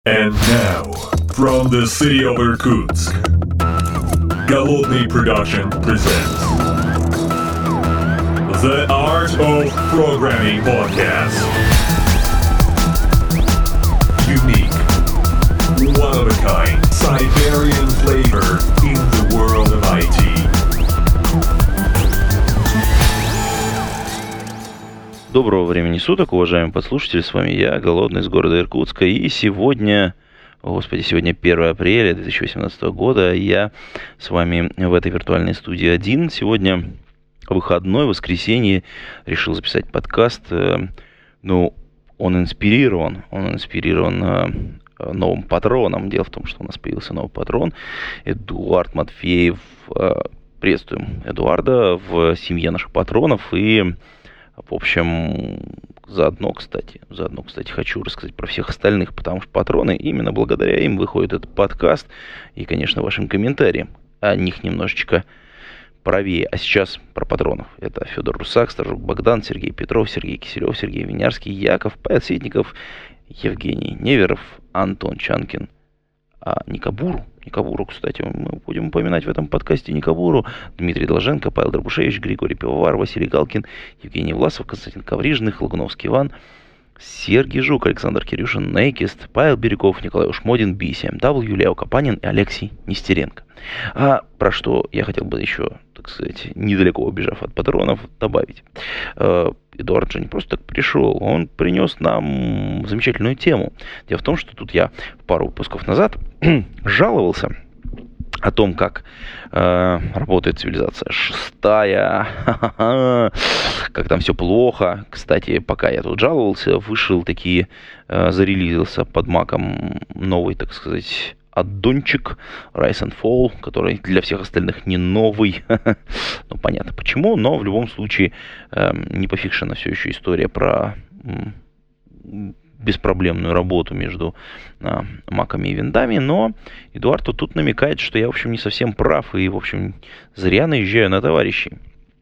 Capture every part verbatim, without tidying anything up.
And now, from the city of Irkutsk, Голодный Production presents The Art of Programming Podcast. Unique, one-of-a-kind, Siberian flavor in the world of ай ти. Доброго времени суток, уважаемые подслушатели, с вами я, Голодный, из города Иркутска, и сегодня, о, господи, сегодня первое апреля две тысячи восемнадцатого года, я с вами в этой виртуальной студии один. Сегодня выходной, воскресенье, решил записать подкаст, ну, он инспирирован, он инспирирован новым патроном. Дело в том, что у нас появился новый патрон, Эдуард Матфеев. Приветствуем Эдуарда в семье наших патронов. И, в общем, заодно, кстати, заодно, кстати, хочу рассказать про всех остальных, потому что патроны, именно благодаря им выходит этот подкаст. И, конечно, вашим комментариям о них немножечко правее. А сейчас про патронов. Это Федор Русак, Стажук Богдан, Сергей Петров, Сергей Киселев, Сергей Винярский, Яков, Павел Ситников, Евгений Неверов, Антон Чанкин, а Никабуру. Никабуру, кстати, мы будем упоминать в этом подкасте Никабуру, Дмитрий Долженко, Павел Дробушевич, Григорий Пивовар, Василий Галкин, Евгений Власов, Константин Коврижных, Лагуновский Иван, Сергей Жук, Александр Кирюшин, Нейкист, Павел Бирюков, Николай Ушмодин, би си эм дабл ю, Лео Капанин и Алексей Нестеренко. А про что я хотел бы еще, так сказать, недалеко убежав от патронов, добавить. Эдуард же не просто так пришел, он принес нам замечательную тему. Дело в том, что тут я пару выпусков назад жаловался о том, как э, работает цивилизация шестая, как там все плохо. Кстати, пока я тут жаловался, вышел такие, э, зарелизился под маком новый, так сказать, аддончик Rise and Fall, который для всех остальных не новый. Ну, понятно почему, но в любом случае э, не пофикшена все еще история про м, беспроблемную работу между э, маками и виндами, но Эдуард тут намекает, что я, в общем, не совсем прав и, в общем, зря наезжаю на товарищей.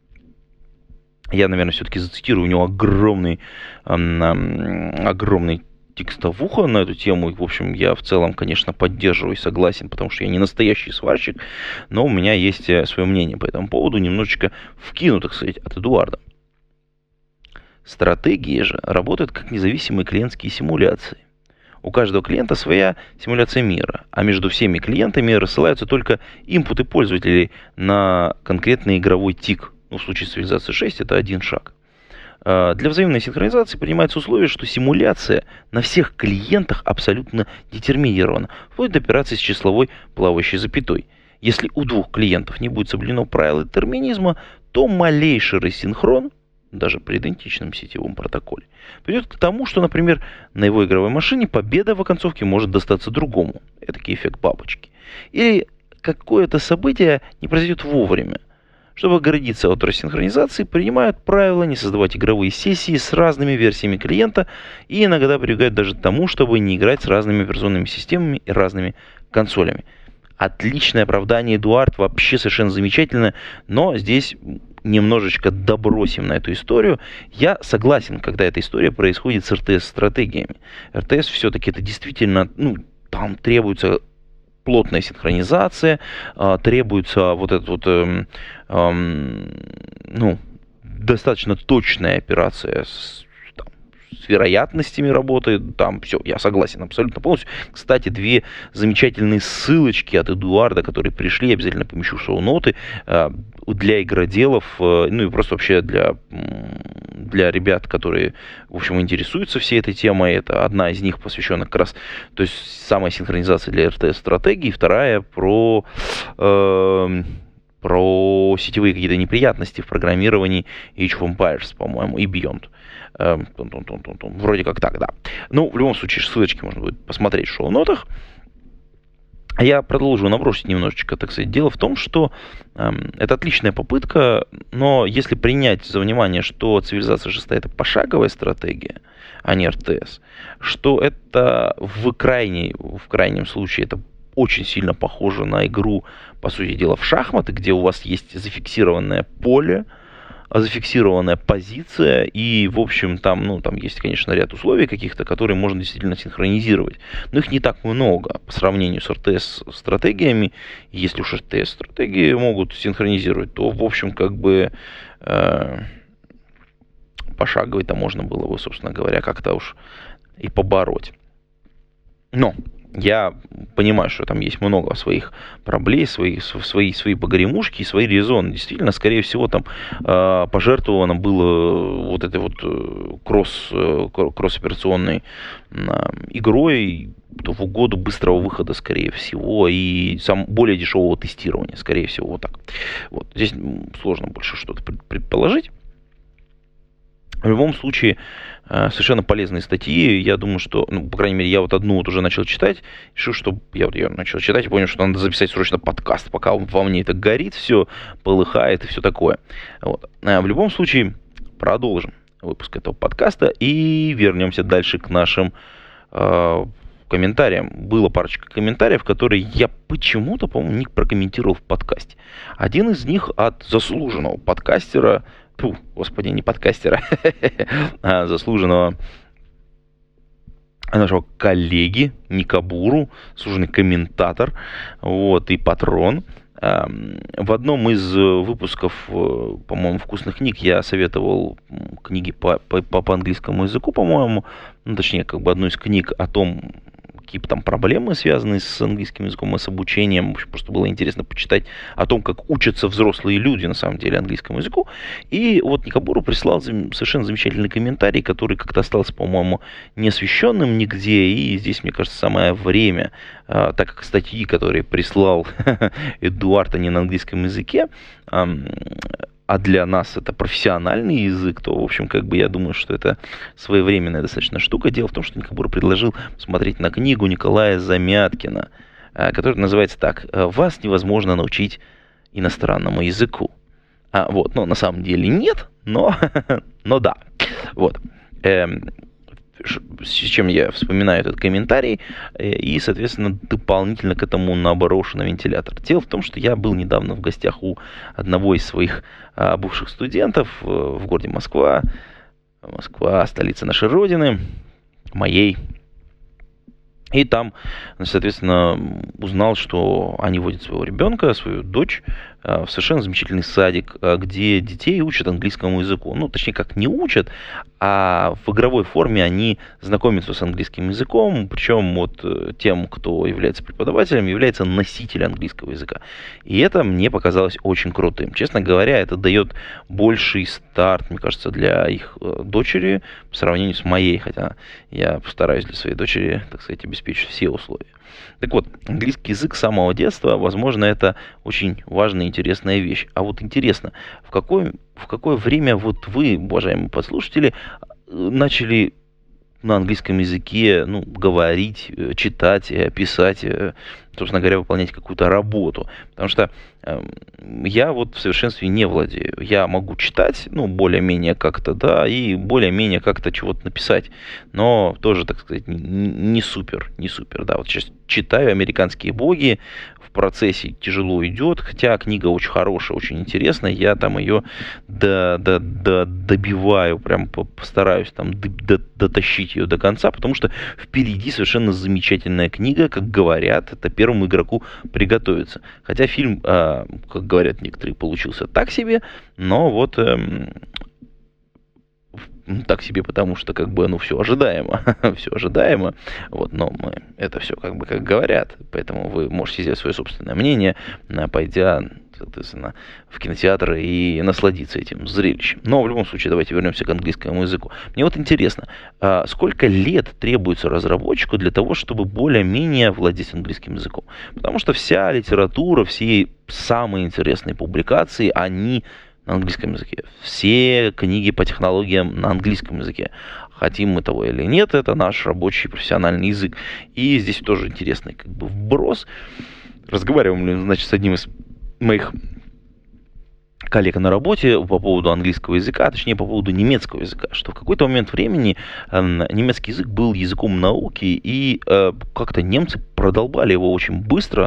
Я, наверное, все-таки зацитирую, у него огромный, э, э, огромный текстовуха на эту тему. И, в общем, я в целом, конечно, поддерживаю и согласен, потому что я не настоящий сварщик, но у меня есть свое мнение по этому поводу, немножечко вкину, так сказать, от Эдуарда. Стратегии же работают как независимые клиентские симуляции. У каждого клиента своя симуляция мира, а между всеми клиентами рассылаются только инпуты пользователей на конкретный игровой тик. Ну, в случае с цивилизацией шесть это один шаг. Для взаимной синхронизации принимается условие, что симуляция на всех клиентах абсолютно детерминирована, вплоть до операции с числовой плавающей запятой. Если у двух клиентов не будет соблюдено правило детерминизма, то малейший рассинхрон, даже при идентичном сетевом протоколе, приведет к тому, что, например, на его игровой машине победа в оконцовке может достаться другому. Этакий эффект бабочки. Или какое-то событие не произойдет вовремя. Чтобы оградиться от рассинхронизации, принимают правила не создавать игровые сессии с разными версиями клиента и иногда прибегают даже к тому, чтобы не играть с разными операционными системами и разными консолями. Отличное оправдание, Эдуард, вообще совершенно замечательно, но здесь немножечко добросим на эту историю. Я согласен, когда эта история происходит с эр ти эс-стратегиями. эр ти эс все-таки это действительно, ну, там требуется плотная синхронизация, э, требуется вот эта вот, э, э, ну, достаточно точная операция с, там, с вероятностями работы, там все, я согласен абсолютно полностью. Кстати, две замечательные ссылочки от Эдуарда, которые пришли, я обязательно помещу в шоу-ноты, э, для игроделов, э, ну и просто вообще для, для ребят, которые, в общем, интересуются всей этой темой. Это одна из них посвящена как раз, то есть самая синхронизация для эр ти эс-стратегий, вторая про, э, про сетевые какие-то неприятности в программировании Age of Empires, по-моему, и Beyond. Э, вроде как так, да. Ну, в любом случае, ссылочки можно будет посмотреть в шоу-нотах. Я продолжу набросить немножечко, так сказать. Дело в том, что э, это отличная попытка, но если принять за внимание, что цивилизация шестая это пошаговая стратегия, а не эр ти эс, что это в, крайней, в крайнем случае это очень сильно похоже на игру, по сути дела, в шахматы, где у вас есть зафиксированное поле, зафиксированная позиция, и, в общем, там, ну, там есть, конечно, ряд условий каких-то, которые можно действительно синхронизировать, но их не так много по сравнению с эр тэ эс-стратегиями. Если уж эр тэ эс-стратегии могут синхронизировать, то, в общем, как бы э, пошагово-то можно было бы, собственно говоря, как-то уж и побороть. Но я понимаю, что там есть много своих проблем, свои, свои, свои погремушки и свои резоны. Действительно, скорее всего, там э, пожертвовано было вот этой вот кросс, кросс-операционной э, игрой в угоду быстрого выхода, скорее всего, и сам более дешевого тестирования, скорее всего, вот так. Вот. Здесь сложно больше что-то предположить. В любом случае, совершенно полезные статьи. Я думаю, что, ну, по крайней мере, я вот одну вот уже начал читать. Решил, что я вот ее начал читать и понял, что надо записать срочно подкаст, пока во мне это горит, все полыхает и все такое. Вот. В любом случае, продолжим выпуск этого подкаста и вернемся дальше к нашим э, комментариям. Было парочка комментариев, которые я почему-то, по-моему, не прокомментировал в подкасте. Один из них от заслуженного подкастера, Фу, господи, не подкастера, а заслуженного нашего коллеги Никабуру, заслуженный комментатор, вот, и патрон. В одном из выпусков, по-моему, «Вкусных книг» я советовал книги по, по, по английскому языку, по-моему, ну, точнее, как бы одну из книг о том, какие там проблемы, связанные с английским языком и с обучением. Просто было интересно почитать о том, как учатся взрослые люди, на самом деле, английскому языку. И вот Никабуру прислал совершенно замечательный комментарий, который как-то остался, по-моему, неосвещенным нигде. И здесь, мне кажется, самое время, так как статьи, которые прислал Эдуард, они на английском языке, а для нас это профессиональный язык, то, в общем, как бы я думаю, что это своевременная достаточно штука. Дело в том, что Никабура предложил посмотреть на книгу Николая Замяткина, которая называется так: «Вас невозможно научить иностранному языку». А, вот, ну, на самом деле нет, но, но да. Вот. С чем я вспоминаю этот комментарий, и, соответственно, дополнительно к этому наброшу на вентилятор. Дело в том, что я был недавно в гостях у одного из своих а, бывших студентов в городе Москва. Москва, столица нашей Родины, моей. И там, соответственно, узнал, что они водят своего ребенка, свою дочь, в совершенно замечательный садик, где детей учат английскому языку. Ну, точнее, как не учат, а в игровой форме они знакомятся с английским языком, причем вот тем, кто является преподавателем, является носитель английского языка. И это мне показалось очень крутым. Честно говоря, это дает больший старт, мне кажется, для их дочери по сравнению с моей, хотя я постараюсь для своей дочери, так сказать, обеспечить все условия. Так вот, английский язык с самого детства, возможно, это очень важная и интересная вещь. А вот интересно, в какое, в какое время вот вы, уважаемые подслушатели, начали на английском языке, ну, говорить, читать, писать, собственно говоря, выполнять какую-то работу? Потому что э, я вот в совершенстве не владею. Я могу читать, ну, более-менее как-то, да, и более-менее как-то чего-то написать. Но тоже, так сказать, не, не супер, не супер, да. Вот сейчас читаю «Американские боги», в процессе тяжело идет, хотя книга очень хорошая, очень интересная, я там ее до, до, до, добиваю, прям постараюсь там до, дотащить ее до конца, потому что впереди совершенно замечательная книга, как говорят, это первому игроку приготовиться. Хотя фильм, как говорят некоторые, получился так себе, но вот так себе, потому что как бы, ну, все ожидаемо, все ожидаемо, вот, но мы, это все как бы как говорят, поэтому вы можете сделать свое собственное мнение, пойдя, соответственно, в кинотеатр и насладиться этим зрелищем. Но в любом случае давайте вернемся к английскому языку. Мне вот интересно, сколько лет требуется разработчику для того, чтобы более-менее владеть английским языком? Потому что вся литература, все самые интересные публикации, они на английском языке. Все книги по технологиям на английском языке. Хотим мы того или нет, это наш рабочий профессиональный язык. И здесь тоже интересный как бы вброс. Разговариваем, значит, с одним из моих коллег на работе по поводу английского языка, а точнее по поводу немецкого языка, что в какой-то момент времени э, немецкий язык был языком науки, и э, как-то немцы продолбали его очень быстро,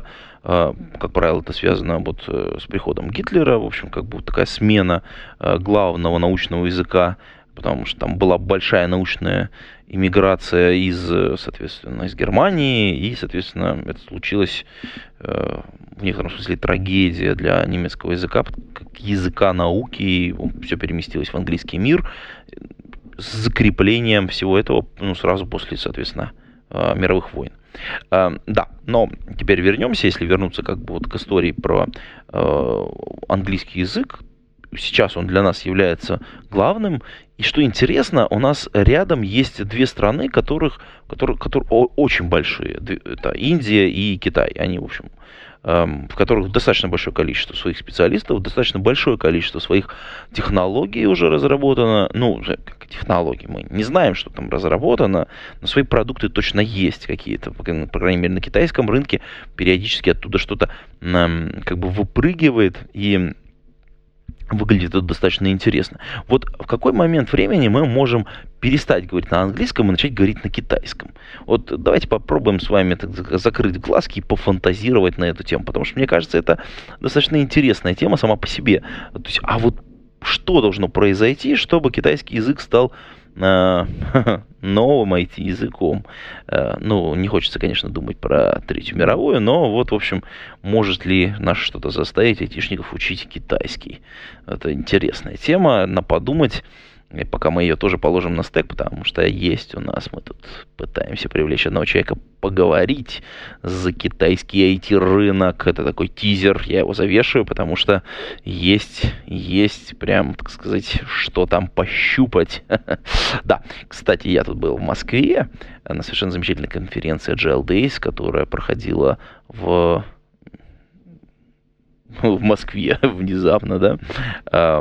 Как правило, это связано вот с приходом Гитлера. В общем, как бы такая смена главного научного языка, потому что там была большая научная иммиграция из, соответственно, из Германии, и, соответственно, это случилось в некотором смысле трагедия для немецкого языка, как языка науки, все переместилось в английский мир с закреплением всего этого, ну, сразу после, соответственно, мировых войн. Да, но теперь вернемся, если вернуться как бы вот к истории про английский язык. Сейчас он для нас является главным. И что интересно, у нас рядом есть две страны, которых, которые, которые очень большие. Это Индия и Китай. Они, в общем, в которых достаточно большое количество своих специалистов, достаточно большое количество своих технологий уже разработано. Ну, как технологии, мы не знаем, что там разработано, но свои продукты точно есть какие-то. По крайней мере, на китайском рынке периодически оттуда что-то как бы выпрыгивает, и выглядит это достаточно интересно. Вот в какой момент времени мы можем перестать говорить на английском и начать говорить на китайском? Вот давайте попробуем с вами так закрыть глазки и пофантазировать на эту тему, потому что мне кажется, это достаточно интересная тема сама по себе. То есть, а вот что должно произойти, чтобы китайский язык стал э, новым ай ти-языком? Э, ну, не хочется, конечно, думать про Третью мировую, но вот, в общем, может ли нас что-то заставить айтишников учить китайский? Это интересная тема, на подумать. И пока мы ее тоже положим на стек, потому что есть у нас, мы тут пытаемся привлечь одного человека поговорить за китайский ай ти-рынок. Это такой тизер, я его завешиваю, потому что есть, есть прям, так сказать, что там пощупать. Да, кстати, я тут был в Москве на совершенно замечательной конференции джи эл Days, которая проходила в... в Москве внезапно, да.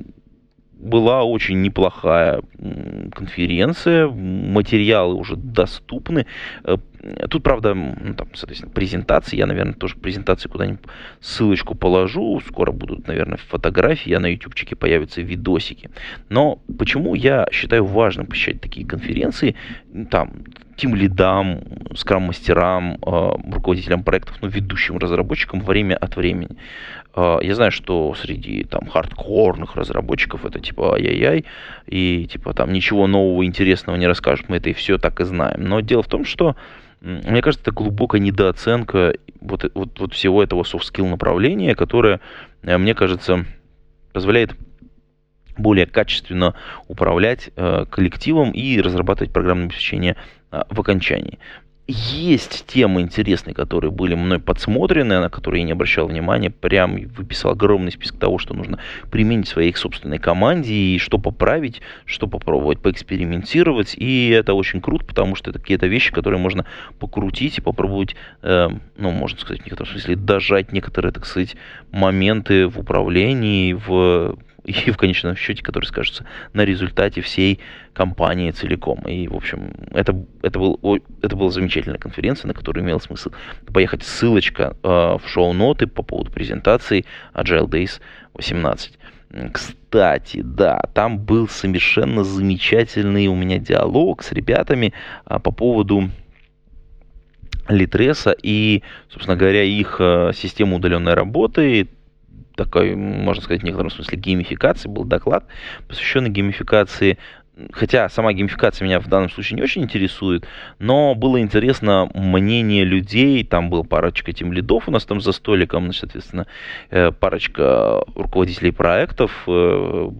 Была очень неплохая конференция, материалы уже доступны. Тут, правда, ну, там, соответственно, презентации. Я, наверное, тоже к презентации куда-нибудь ссылочку положу. Скоро будут, наверное, фотографии, а на ютубчике появятся видосики. Но почему я считаю важным посещать такие конференции? Там, тимлидам, скрам-мастерам, руководителям проектов, ну, ведущим разработчикам время от времени. Я знаю, что среди там хардкорных разработчиков это типа ай-яй-яй, и типа там ничего нового интересного не расскажут, мы это и все так и знаем. Но дело в том, что мне кажется, это глубокая недооценка вот, вот, вот всего этого soft-skill направления, которое, мне кажется, позволяет более качественно управлять э, коллективом и разрабатывать программное обеспечение э, в окончании. Есть темы интересные, которые были мной подсмотрены, на которые я не обращал внимания, прям выписал огромный список того, что нужно применить в своей собственной команде, и что поправить, что попробовать поэкспериментировать, и это очень круто, потому что это какие-то вещи, которые можно покрутить и попробовать, э, ну, можно сказать, в некотором смысле дожать некоторые, так сказать, моменты в управлении, в... и в конечном счете, которые скажутся на результате всей компании целиком. И, в общем, это, это, был, это была замечательная конференция, на которую имел смысл поехать. Ссылочка э, в шоу-ноты по поводу презентации Agile Days восемнадцать. Кстати, да, там был совершенно замечательный у меня диалог с ребятами э, по поводу Литреса и, собственно говоря, их э, системы удаленной работы. Такой, можно сказать, в некотором смысле геймификации, был доклад, посвященный геймификации. Хотя сама геймификация меня в данном случае не очень интересует, но было интересно мнение людей. Там была парочка тимлидов у нас там за столиком, соответственно, парочка руководителей проектов, кто-то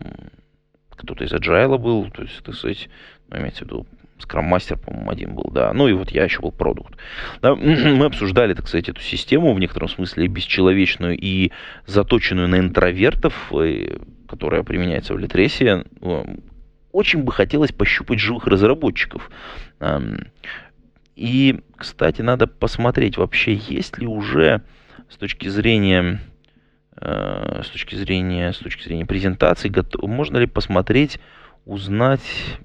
из Agile был, то есть, так сказать, имеется в виду, скрам-мастер, по-моему, один был, да. Ну и вот я еще был продукт. Да, мы обсуждали, так сказать, эту систему в некотором смысле бесчеловечную и заточенную на интровертов, которая применяется в Литресе. Очень бы хотелось пощупать живых разработчиков. И, кстати, надо посмотреть, вообще есть ли уже с точки зрения с точки зрения, с точки зрения презентации, можно ли посмотреть, узнать,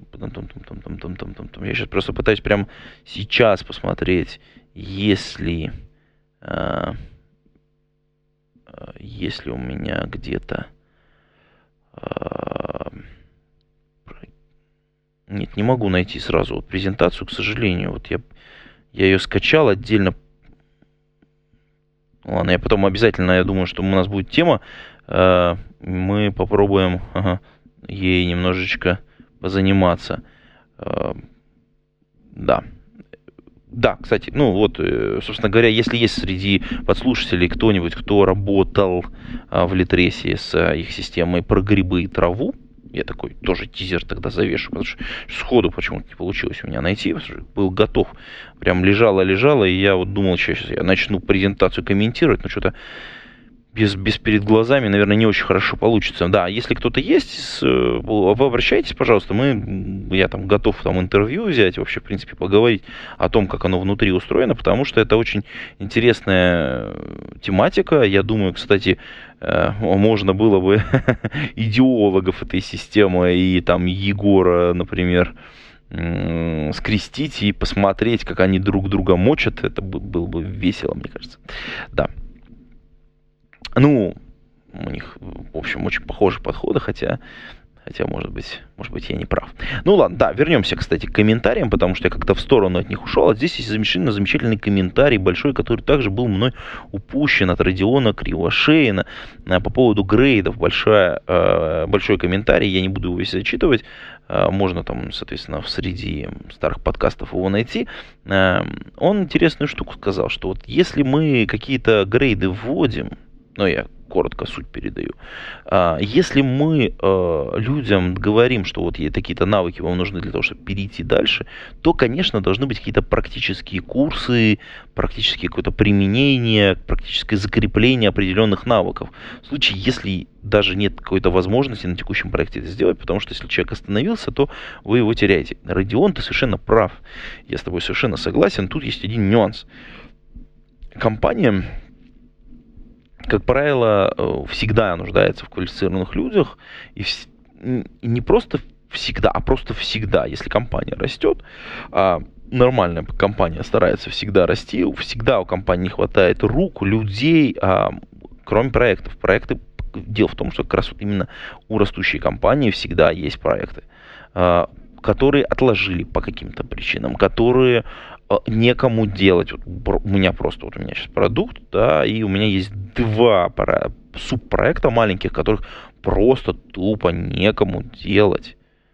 я сейчас просто пытаюсь прямо сейчас посмотреть, если, э, если у меня где-то, э, нет, не могу найти сразу вот презентацию, к сожалению, вот я, я ее скачал отдельно, Ладно, я потом обязательно, я думаю, что у нас будет тема, мы попробуем ага, ей немножечко позаниматься. Да. Да, кстати, ну вот, собственно говоря, если есть среди подслушателей кто-нибудь, кто работал в Литресе с их системой про грибы и траву, я такой тоже тизер тогда завешу, потому что сходу почему-то не получилось у меня найти, был готов, прям лежало-лежало, и я вот думал, сейчас я начну презентацию комментировать, но что-то без, без перед глазами, наверное, не очень хорошо получится. Да, если кто-то есть, вы обращайтесь, пожалуйста, мы, я там готов там интервью взять, вообще, в принципе, поговорить о том, как оно внутри устроено, потому что это очень интересная тематика. Я думаю, кстати, можно было бы идеологов этой системы и там Егора, например, скрестить и посмотреть, как они друг друга мочат. Это было бы весело, мне кажется. Да. Ну, у них, в общем, очень похожие подходы, хотя, хотя может быть, может быть, я не прав. Ну ладно, да, вернемся, кстати, к комментариям, потому что я как-то в сторону от них ушел. А здесь есть замечательный, замечательный комментарий большой, который также был мной упущен от Родиона Кривошеина по поводу грейдов. Большая, большой комментарий, я не буду его весь зачитывать. Можно там, соответственно, среди старых подкастов его найти. Он интересную штуку сказал, что вот если мы какие-то грейды вводим, ну, я коротко суть передаю. Если мы людям говорим, что вот такие-то навыки вам нужны для того, чтобы перейти дальше, то, конечно, должны быть какие-то практические курсы, практические какое-то применение, практическое закрепление определенных навыков. В случае, если даже нет какой-то возможности на текущем проекте это сделать, потому что если человек остановился, то вы его теряете. Родион, ты совершенно прав. Я с тобой совершенно согласен. Тут есть один нюанс. Компания, как правило, всегда нуждается в квалифицированных людях, и, в... и не просто всегда, а просто всегда. Если компания растет, а нормальная компания старается всегда расти, всегда у компании не хватает рук, людей, а, кроме проектов. Проекты, дело в том, что как раз вот именно у растущей компании всегда есть проекты, а, которые отложили по каким-то причинам, которые некому делать. Вот у меня просто, вот у меня сейчас продукт, да, и у меня есть два субпроекта маленьких, которых просто тупо некому делать.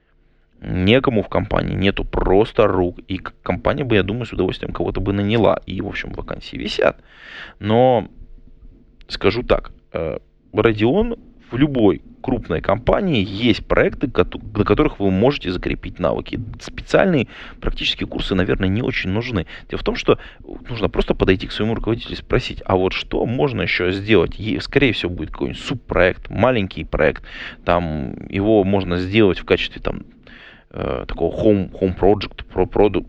Некому в компании, нету просто рук. И компания бы, я думаю, с удовольствием кого-то бы наняла. И, в общем, вакансии висят. Но, скажу так, Родион, в любой крупной компании есть проекты, для которых вы можете закрепить навыки. Специальные практические курсы, наверное, не очень нужны. Дело в том, что нужно просто подойти к своему руководителю и спросить, а вот что можно еще сделать? И, скорее всего, будет какой-нибудь субпроект, маленький проект. Там его можно сделать в качестве там, э, такого home, home project, pro product,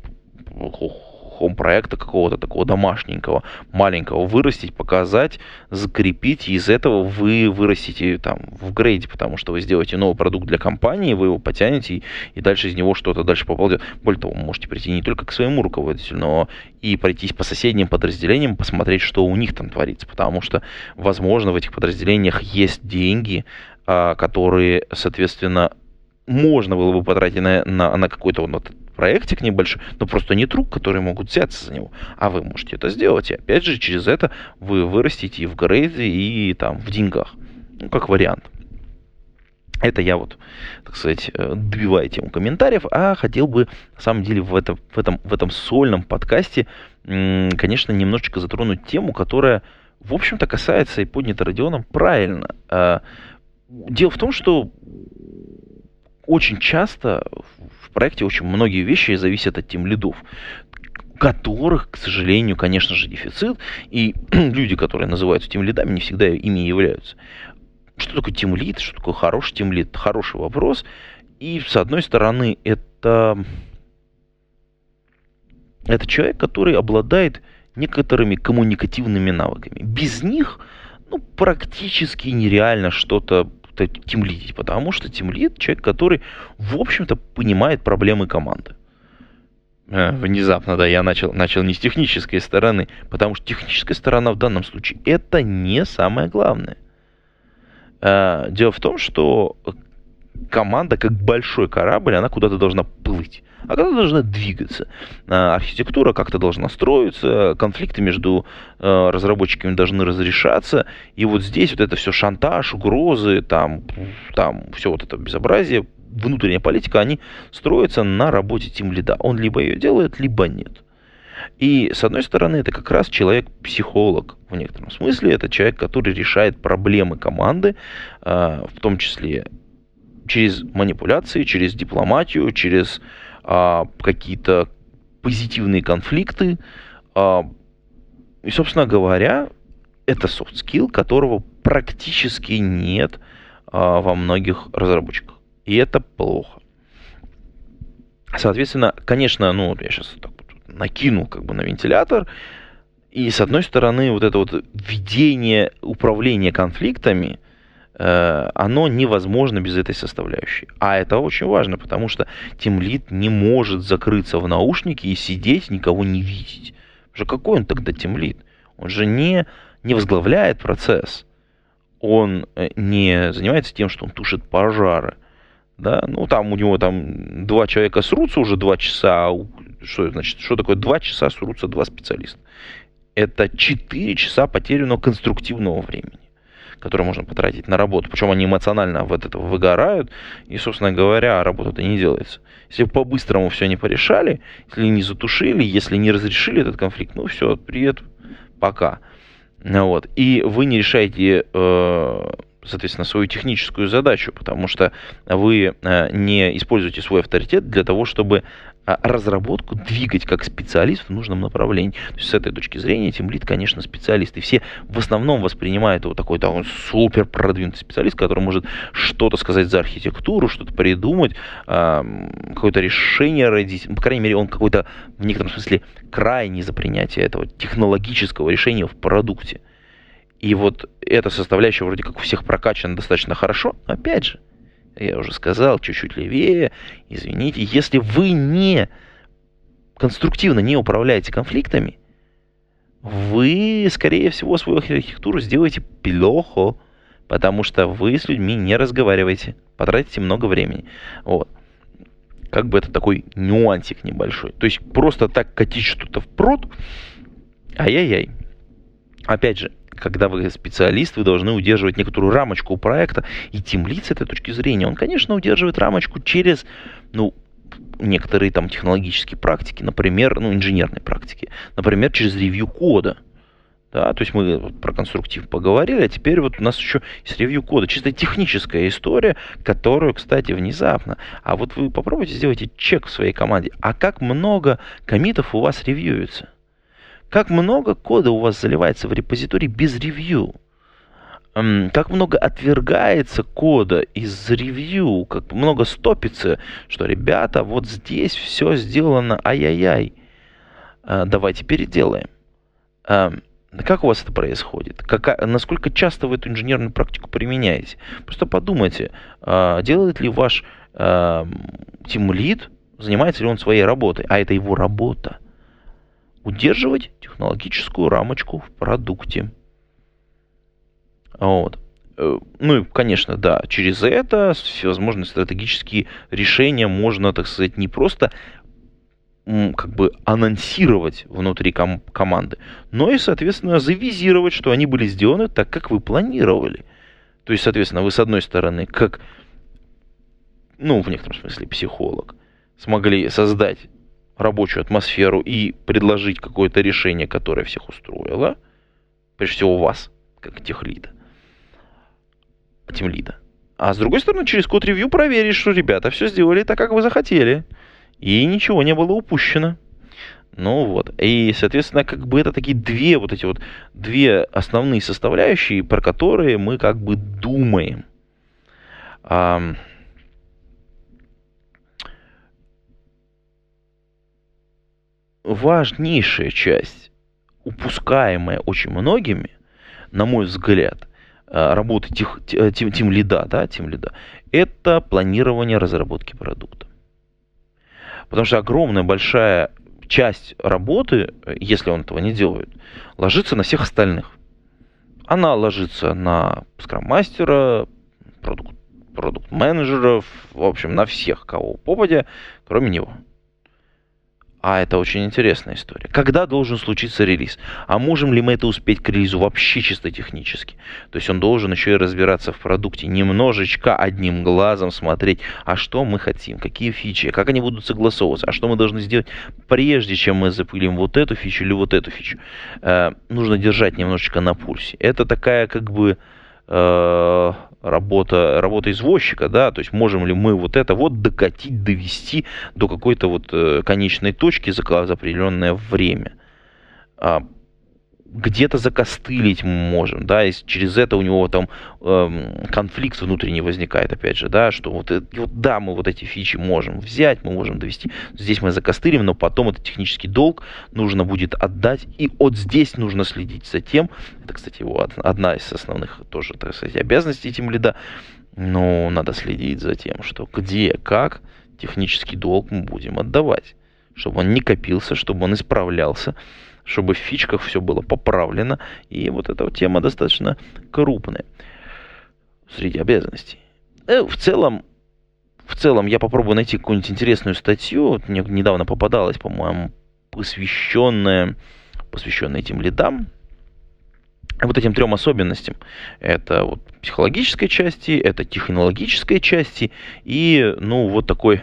хом-проекта какого-то такого домашненького, маленького, вырастить, показать, закрепить, и из этого вы вырастите там в грейде, потому что вы сделаете новый продукт для компании, вы его потянете, и, и дальше из него что-то дальше поползет. Более того, вы можете прийти не только к своему руководителю, но и пройтись по соседним подразделениям, посмотреть, что у них там творится, потому что, возможно, в этих подразделениях есть деньги, которые, соответственно, можно было бы потратить на, на, на какой-то вот проектик небольшой, но просто нет рук, которые могут взяться за него. А вы можете это сделать. И опять же, через это вы вырастите и в грейде, и там в деньгах. Ну, как вариант. Это я вот, так сказать, добиваю тему комментариев, а хотел бы, на самом деле, в этом, в этом, в этом сольном подкасте, конечно, немножечко затронуть тему, которая, в общем-то, касается и поднята Родионом правильно. Дело в том, что очень часто в проекте очень многие вещи зависят от тимлидов, которых, к сожалению, конечно же, дефицит, и люди, которые называются тимлидами, не всегда ими являются. Что такое тимлид, что такое хороший тимлид? Хороший вопрос. И, с одной стороны, это, это человек, который обладает некоторыми коммуникативными навыками. Без них ну, практически нереально что-то тимлидить, потому что тимлид — человек, который, в общем-то, понимает проблемы команды. Внезапно, да, я начал, начал не с технической стороны, потому что техническая сторона в данном случае — это не самое главное. Дело в том, что команда, как большой корабль, она куда-то должна плыть, а куда-то должна двигаться. Архитектура как-то должна строиться, конфликты между разработчиками должны разрешаться. И вот здесь вот это все шантаж, угрозы, там, там все вот это безобразие, внутренняя политика, они строятся на работе тимлида. Он либо ее делает, либо нет. И, с одной стороны, это как раз человек-психолог в некотором смысле. Это человек, который решает проблемы команды, в том числе через манипуляции, через дипломатию, через какие-то позитивные конфликты. И, собственно говоря, это soft skill, которого практически нет во многих разработчиках. И это плохо. Соответственно, конечно, ну, я сейчас так вот накину как бы на вентилятор. И, с одной стороны, вот это вот ведение, управление конфликтами, э, оно невозможно без этой составляющей. А это очень важно, потому что тимлид не может закрыться в наушники и сидеть, никого не видеть. Потому что какой он тогда тимлид? Он же не, не возглавляет процесс. Он не занимается тем, что он тушит пожары. Да? Ну, там у него там два человека срутся уже два часа. Что значит, что такое два часа срутся два специалиста? Это четыре часа потерянного конструктивного времени, которое можно потратить на работу. Причем они эмоционально вот это выгорают. И, собственно говоря, работа-то не делается. Если по-быстрому все не порешали, если не затушили, если не разрешили этот конфликт, ну все, привет, пока. Вот. И вы не решаете, соответственно, свою техническую задачу, потому что вы не используете свой авторитет для того, чтобы разработку двигать как специалист в нужном направлении. То есть с этой точки зрения тимлид, конечно, специалист. И все в основном воспринимают его такой, да, он супер продвинутый специалист, который может что-то сказать за архитектуру, что-то придумать, какое-то решение родить. По крайней мере, он какой-то в некотором смысле крайний за принятие этого технологического решения в продукте. И вот эта составляющая вроде как у всех прокачана достаточно хорошо, но опять же, я уже сказал, чуть-чуть левее, извините, если вы не конструктивно не управляете конфликтами, вы, скорее всего, свою архитектуру сделаете плохо, потому что вы с людьми не разговариваете, потратите много времени. Вот. Как бы это такой нюансик небольшой. То есть просто так катить что-то впрод, ай-яй-яй. Опять же, когда вы специалист, вы должны удерживать некоторую рамочку у проекта. И тимлид с этой точки зрения, он, конечно, удерживает рамочку через, ну, некоторые там технологические практики, например, ну, инженерные практики, например, через ревью кода. Да, то есть мы вот про конструктив поговорили, а теперь вот у нас еще есть ревью кода. Чисто техническая история, которую, кстати, внезапно. А вот вы попробуйте сделайте чек в своей команде. А как много коммитов у вас ревьюется? Как много кода у вас заливается в репозиторий без ревью? Как много отвергается кода из ревью? Как много стопится, что, ребята, вот здесь все сделано, ай-яй-яй. Давайте переделаем. Как у вас это происходит? Как, насколько часто вы эту инженерную практику применяете? Просто подумайте, делает ли ваш тимлид, занимается ли он своей работой, а это его работа. Удерживать технологическую рамочку в продукте. Вот. Ну и, конечно, да, через это всевозможные стратегические решения можно, так сказать, не просто как бы анонсировать внутри ком- команды, но и, соответственно, завизировать, что они были сделаны так, как вы планировали. То есть, соответственно, вы, с одной стороны, как, ну, в некотором смысле, психолог, смогли создать рабочую атмосферу и предложить какое-то решение, которое всех устроило, прежде всего вас, как техлида, тимлида. А с другой стороны, через код-ревью проверить, что ребята все сделали так, как вы захотели, и ничего не было упущено. Ну вот. И, соответственно, как бы это такие две вот эти вот две основные составляющие, про которые мы как бы думаем. Важнейшая часть, упускаемая очень многими, на мой взгляд, работы тимлида, да, тимлида, это планирование разработки продукта. Потому что огромная большая часть работы, если он этого не делает, ложится на всех остальных. Она ложится на скрам-мастера, продукт-менеджеров, в общем, на всех, кого попадя, кроме него. А это очень интересная история. Когда должен случиться релиз? А можем ли мы это успеть к релизу вообще чисто технически? То есть он должен еще и разбираться в продукте, немножечко одним глазом смотреть, а что мы хотим, какие фичи, как они будут согласовываться, а что мы должны сделать, прежде чем мы запылим вот эту фичу или вот эту фичу. Э, нужно держать немножечко на пульсе. Это такая как бы... Э, работа, работа извозчика, да, то есть можем ли мы вот это вот докатить, довести до какой-то вот э, конечной точки за, за определенное время. А, где-то закостылить можем, да, и через это у него там э, конфликт внутренний возникает, опять же, да, что вот, вот да, мы вот эти фичи можем взять, мы можем довести, здесь мы закостылим, но потом это технический долг нужно будет отдать, и вот здесь нужно следить за тем, это, кстати, его одна из основных тоже, так сказать, обязанностей тимлида, но надо следить за тем, что где, как технический долг мы будем отдавать, чтобы он не копился, чтобы он исправлялся, чтобы в фичках все было поправлено. И вот эта вот тема достаточно крупная среди обязанностей. В целом, в целом я попробую найти какую-нибудь интересную статью. Мне недавно попадалась, по-моему, посвященная, посвященная этим лидам. Вот этим трем особенностям. Это вот психологической части, это технологической части и, ну, вот такой,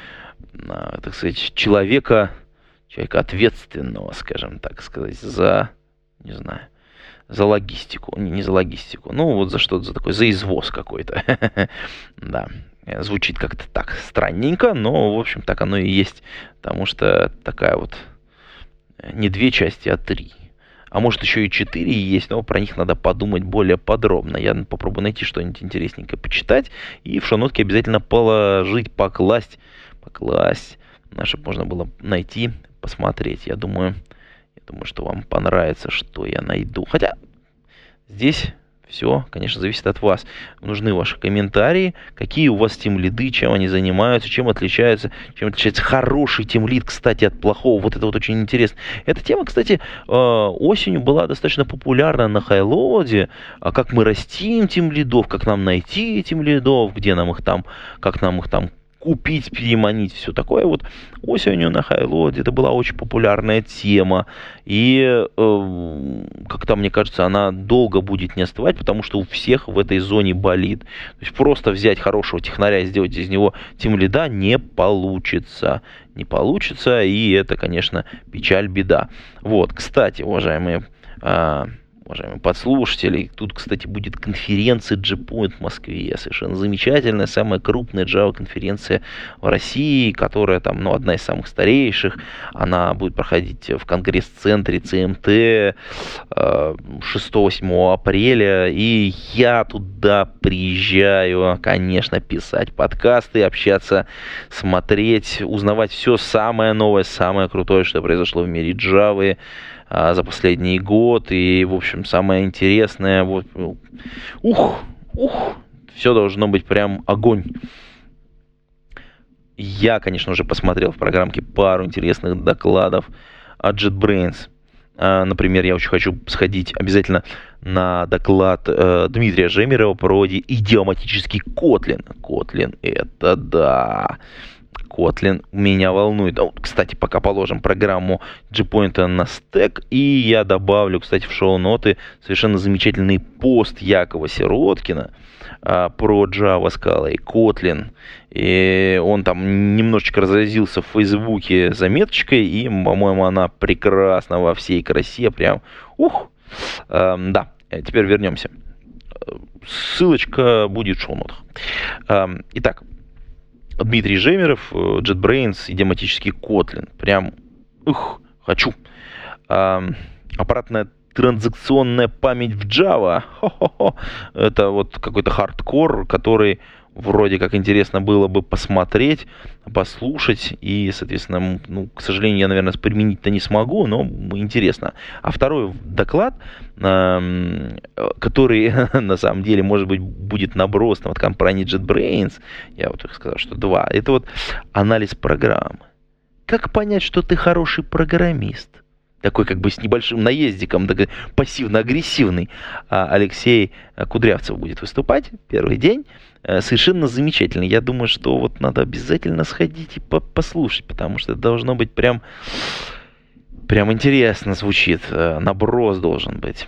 так сказать, человека... человека ответственного, скажем так сказать, за, не знаю, за логистику, не, не за логистику, ну вот за что-то, за такой, за извоз какой-то, да, звучит как-то так странненько, но, в общем, так оно и есть, потому что такая вот, не две части, а три, а может еще и четыре есть, но про них надо подумать более подробно, я попробую найти что-нибудь интересненькое, почитать, и в шоу-нотки обязательно положить, покласть, покласть, чтобы можно было найти, посмотреть. Я думаю, я думаю, что вам понравится, что я найду. Хотя здесь все, конечно, зависит от вас. Нужны ваши комментарии, какие у вас тимлиды, чем они занимаются, чем отличаются, чем отличается хороший тимлид, кстати, от плохого. Вот это вот очень интересно. Эта тема, кстати, осенью была достаточно популярна на Хайлоде. Как мы растим тимлидов, как нам найти тимлидов, где нам их там, как нам их там купить, переманить, все такое. Вот осенью на Хайлоде это была очень популярная тема. И э, как-то, мне кажется, она долго будет не остывать, потому что у всех в этой зоне болит. То есть просто взять хорошего технаря и сделать из него тимлида не получится. Не получится, и это, конечно, печаль, беда. Вот, кстати, уважаемые... Э, Уважаемые подслушатели, тут, кстати, будет конференция JPoint в Москве, совершенно замечательная, самая крупная Java-конференция в России, которая там, ну, одна из самых старейших, она будет проходить в Конгресс-центре ЦМТ шестого-седьмого апреля, и я туда приезжаю, конечно, писать подкасты, общаться, смотреть, узнавать все самое новое, самое крутое, что произошло в мире Java за последний год, и, в общем, самое интересное, вот, ух, ух, все должно быть прям огонь. Я, конечно, уже посмотрел в программке пару интересных докладов от JetBrains. Например, я очень хочу сходить обязательно на доклад Дмитрия Жемерова про идиоматический Kotlin. Kotlin, это да... Kotlin меня волнует. Кстати, пока положим программу JPoint на стек, и я добавлю, кстати, в шоу-ноты совершенно замечательный пост Якова Сироткина а, про Java, Scala и Kotlin. И он там немножечко разразился в Фейсбуке заметочкой, и, по-моему, она прекрасна во всей красе. Прям, ух! А, да, теперь вернемся. Ссылочка будет в шоу-нотах. А, итак, Дмитрий Жемеров, JetBrains, идиоматический Kotlin. Прям, ух, хочу. А, аппаратная транзакционная память в Java. Хо-хо-хо. Это вот какой-то хардкор, который вроде как интересно было бы посмотреть, послушать. И, соответственно, ну, к сожалению, я, наверное, применить-то не смогу, но интересно. А второй доклад, который на самом деле, может быть, будет набросан от компании JetBrains, я вот сказал, что два, это вот анализ программы. Как понять, что ты хороший программист? Такой как бы с небольшим наездиком, такой пассивно-агрессивный. Алексей Кудрявцев будет выступать первый день. совершенно замечательно. Я думаю, что вот надо обязательно сходить и послушать, потому что это должно быть прям, прям интересно звучит. Наброс должен быть.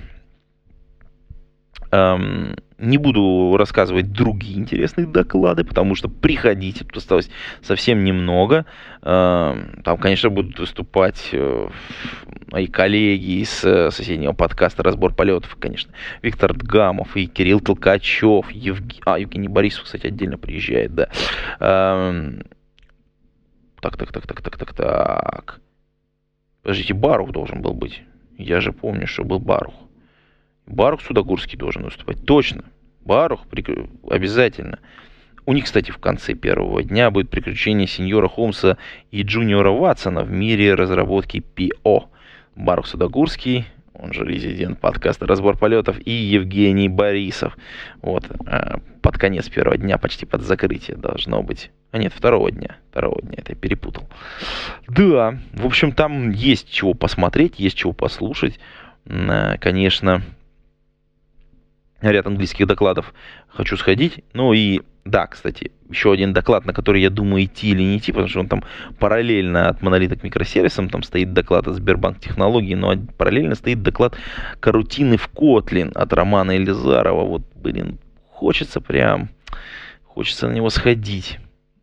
Не буду рассказывать другие интересные доклады, потому что приходите, тут осталось совсем немного. Там, конечно, будут выступать мои коллеги из соседнего подкаста «Разбор полетов», конечно, Виктор Дгамов и Кирилл Толкачев, Евг... а, Евгений Борисов, кстати, отдельно приезжает, да. Так, так, так, так, так, так, так. Подождите, Барух должен был быть. Я же помню, что был Барух. Барух Судогорский должен выступать. Точно. Барух прикр... обязательно. У них, кстати, в конце первого дня будет приключение сеньора Холмса и Джуниора Ватсона в мире разработки пи о. Барух Судогорский, он же резидент подкаста «Разбор полетов», и Евгений Борисов. Вот. Под конец первого дня, почти под закрытие должно быть. А нет, второго дня. Второго дня, это я перепутал. Да, в общем, там есть чего посмотреть, есть чего послушать. Конечно, ряд английских докладов хочу сходить. Ну и, да, кстати, еще один доклад, на который я думаю идти или не идти, потому что он там параллельно от монолита к микросервисам, там стоит доклад от Сбербанк технологий, но параллельно стоит доклад карутины в Kotlin от Романа Елизарова. Вот, блин, хочется прям, хочется на него сходить.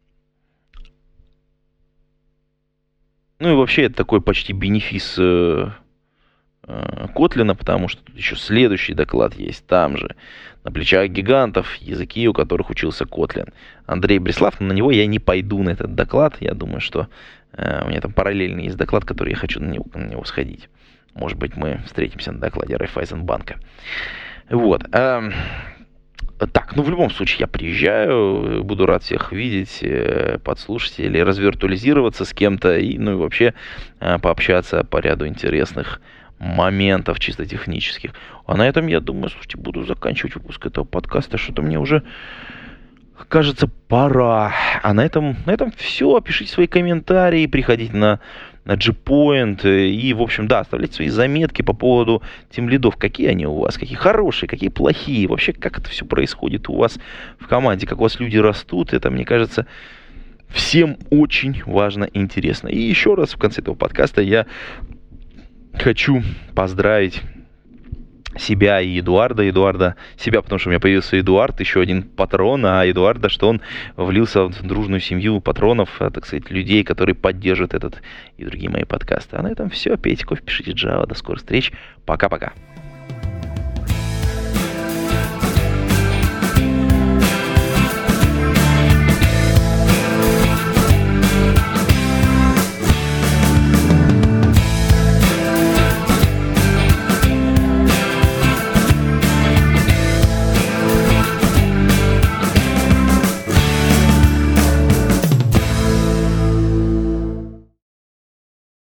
Ну и вообще это такой почти бенефис Котлина, потому что тут еще следующий доклад есть там же. На плечах гигантов, языки, у которых учился Kotlin. Андрей Бреслав, но на него я не пойду, на этот доклад. Я думаю, что э, у меня там параллельно есть доклад, который я хочу на него, на него сходить. Может быть, мы встретимся на докладе Райффайзенбанка. Вот. Э, так, ну в любом случае я приезжаю, буду рад всех видеть, э, подслушать или развиртуализироваться с кем-то, и, ну и вообще э, пообщаться по ряду интересных моментов чисто технических. А на этом, я думаю, слушайте, буду заканчивать выпуск этого подкаста. Что-то мне уже, кажется, пора. А на этом, на этом все. Пишите свои комментарии, приходите на, на Gpoint. И, в общем, да, оставляйте свои заметки по поводу тимлидов. Какие они у вас, какие хорошие, какие плохие. Вообще, как это все происходит у вас в команде, как у вас люди растут. Это, мне кажется, всем очень важно и интересно. И еще раз в конце этого подкаста я хочу поздравить себя и Эдуарда. Эдуарда, себя, потому что у меня появился Эдуард, еще один патрон, а Эдуарда, что он влился в дружную семью патронов, так сказать, людей, которые поддерживают этот и другие мои подкасты. А на этом все. Пейте кофе, пишите Java. До скорых встреч. Пока-пока.